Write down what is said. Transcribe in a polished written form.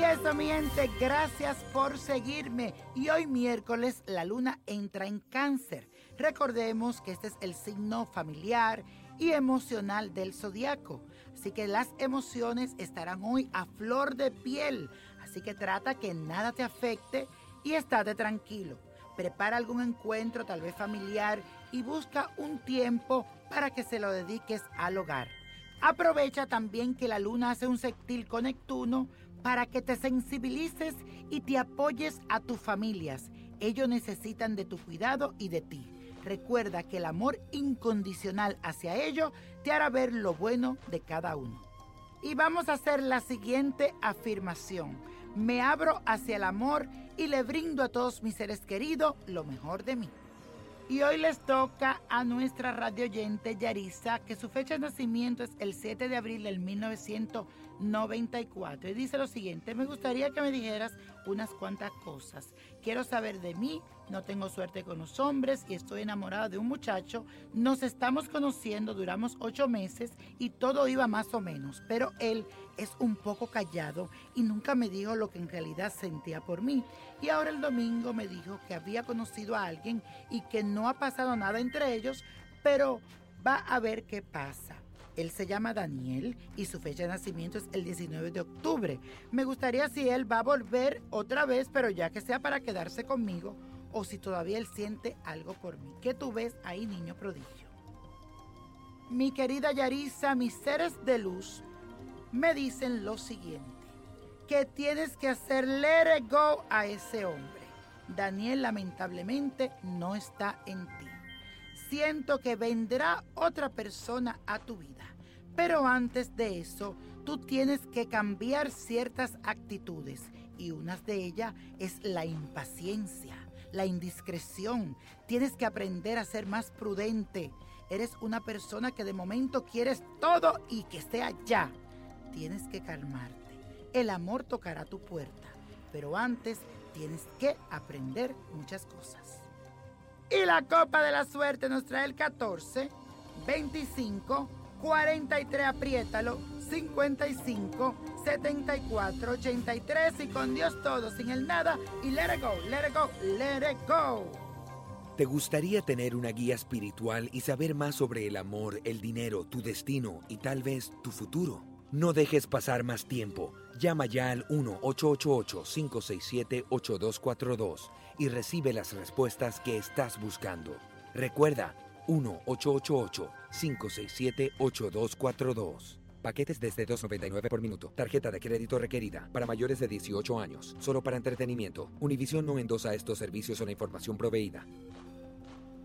eso, mi gente, gracias por seguirme. Y hoy miércoles la luna entra en Cáncer. Recordemos que este es el signo familiar y emocional del zodiaco. Así que las emociones estarán hoy a flor de piel. Así que trata que nada te afecte y estate tranquilo. Prepara algún encuentro, tal vez familiar, y busca un tiempo para que se lo dediques al hogar. Aprovecha también que la luna hace un sextil con Neptuno para que te sensibilices y te apoyes a tus familias. Ellos necesitan de tu cuidado y de ti. Recuerda que el amor incondicional hacia ellos te hará ver lo bueno de cada uno. Y vamos a hacer la siguiente afirmación. Me abro hacia el amor y le brindo a todos mis seres queridos lo mejor de mí. Y hoy les toca a nuestra radioyente Yarisa, que su fecha de nacimiento es el 7 de abril del 1994. Y dice lo siguiente: me gustaría que me dijeras unas cuantas cosas. Quiero saber de mí, no tengo suerte con los hombres y estoy enamorada de un muchacho. Nos estamos conociendo, duramos 8 meses y todo iba más o menos. Pero él es un poco callado y nunca me dijo lo que en realidad sentía por mí. Y ahora el domingo me dijo que había conocido a alguien y que no ha pasado nada entre ellos, pero va a ver qué pasa. Él se llama Daniel y su fecha de nacimiento es el 19 de octubre. Me gustaría si él va a volver otra vez, pero ya que sea para quedarse conmigo, o si todavía él siente algo por mí. ¿Qué tú ves ahí, niño prodigio? Mi querida Yarisa, mis seres de luz me dicen lo siguiente: que tienes que hacer let it go a ese hombre. Daniel lamentablemente no está en ti. Siento que vendrá otra persona a tu vida, pero antes de eso, tú tienes que cambiar ciertas actitudes y una de ellas es la impaciencia, la indiscreción. Tienes que aprender a ser más prudente. Eres una persona que de momento quieres todo y que sea ya. Tienes que calmarte. El amor tocará tu puerta, pero antes tienes que aprender muchas cosas. Y la copa de la suerte nos trae el 14, 25, 43, apriétalo, 55, 74, 83 y con Dios todo, sin el nada y let it go, let it go, let it go. ¿Te gustaría tener una guía espiritual y saber más sobre el amor, el dinero, tu destino y tal vez tu futuro? No dejes pasar más tiempo. Llama ya al 1-888-567-8242 y recibe las respuestas que estás buscando. Recuerda, 1-888-567-8242. Paquetes desde $2.99 por minuto. Tarjeta de crédito requerida para mayores de 18 años. Solo para entretenimiento. Univision no endosa estos servicios o la información proveída.